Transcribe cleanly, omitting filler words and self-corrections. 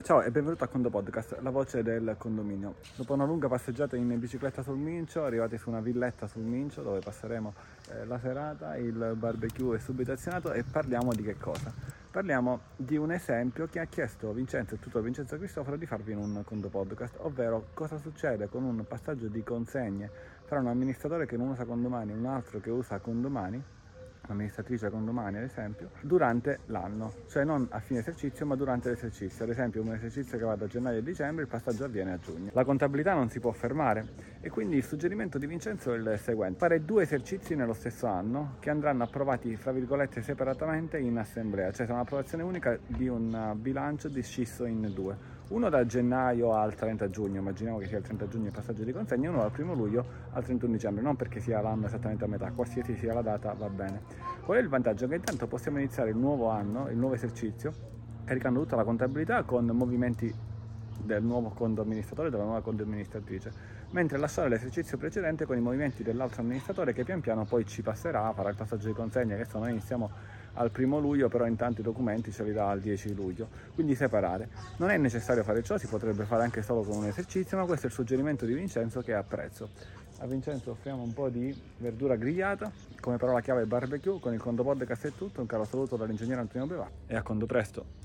Ciao e benvenuto a Condo Podcast, la voce del condominio. Dopo una lunga passeggiata in bicicletta sul Mincio, arrivati su una villetta sul Mincio dove passeremo la serata, il barbecue è subito azionato e parliamo di che cosa? Parliamo di un esempio che ha chiesto Vincenzo, il tutor Vincenzo Cristoforo, di farvi in un Condo Podcast, ovvero cosa succede con un passaggio di consegne tra un amministratore che non usa condomani e un altro che usa condomani, amministratrice condomani ad esempio, durante l'anno, cioè non a fine esercizio ma durante l'esercizio. Ad esempio un esercizio che va da gennaio a dicembre, il passaggio avviene a giugno. La contabilità non si può fermare e quindi il suggerimento di Vincenzo è il seguente: fare 2 esercizi nello stesso anno che andranno approvati fra virgolette separatamente in assemblea, cioè sarà un'approvazione unica di un bilancio discisso in 2. Uno da gennaio al 30 giugno, immaginiamo che sia il 30 giugno il passaggio di consegna, e uno dal 1 luglio al 31 dicembre, non perché sia l'anno esattamente a metà, qualsiasi sia la data va bene. Qual è il vantaggio? Che intanto possiamo iniziare il nuovo anno, il nuovo esercizio, caricando tutta la contabilità con movimenti del nuovo conto amministratore e della nuova conto amministratrice, mentre lasciare l'esercizio precedente con i movimenti dell'altro amministratore che pian piano poi ci passerà, farà il passaggio di consegna, che noi iniziamo al 1 luglio, però intanto i documenti ce li dà al 10 luglio, quindi separare. Non è necessario fare ciò, si potrebbe fare anche solo con un esercizio, ma questo è il suggerimento di Vincenzo che apprezzo. A Vincenzo offriamo un po' di verdura grigliata, come parola chiave barbecue, con il Condo Podcast è tutto, un caro saluto dall'ingegnere Antonio Beva e a Condo presto!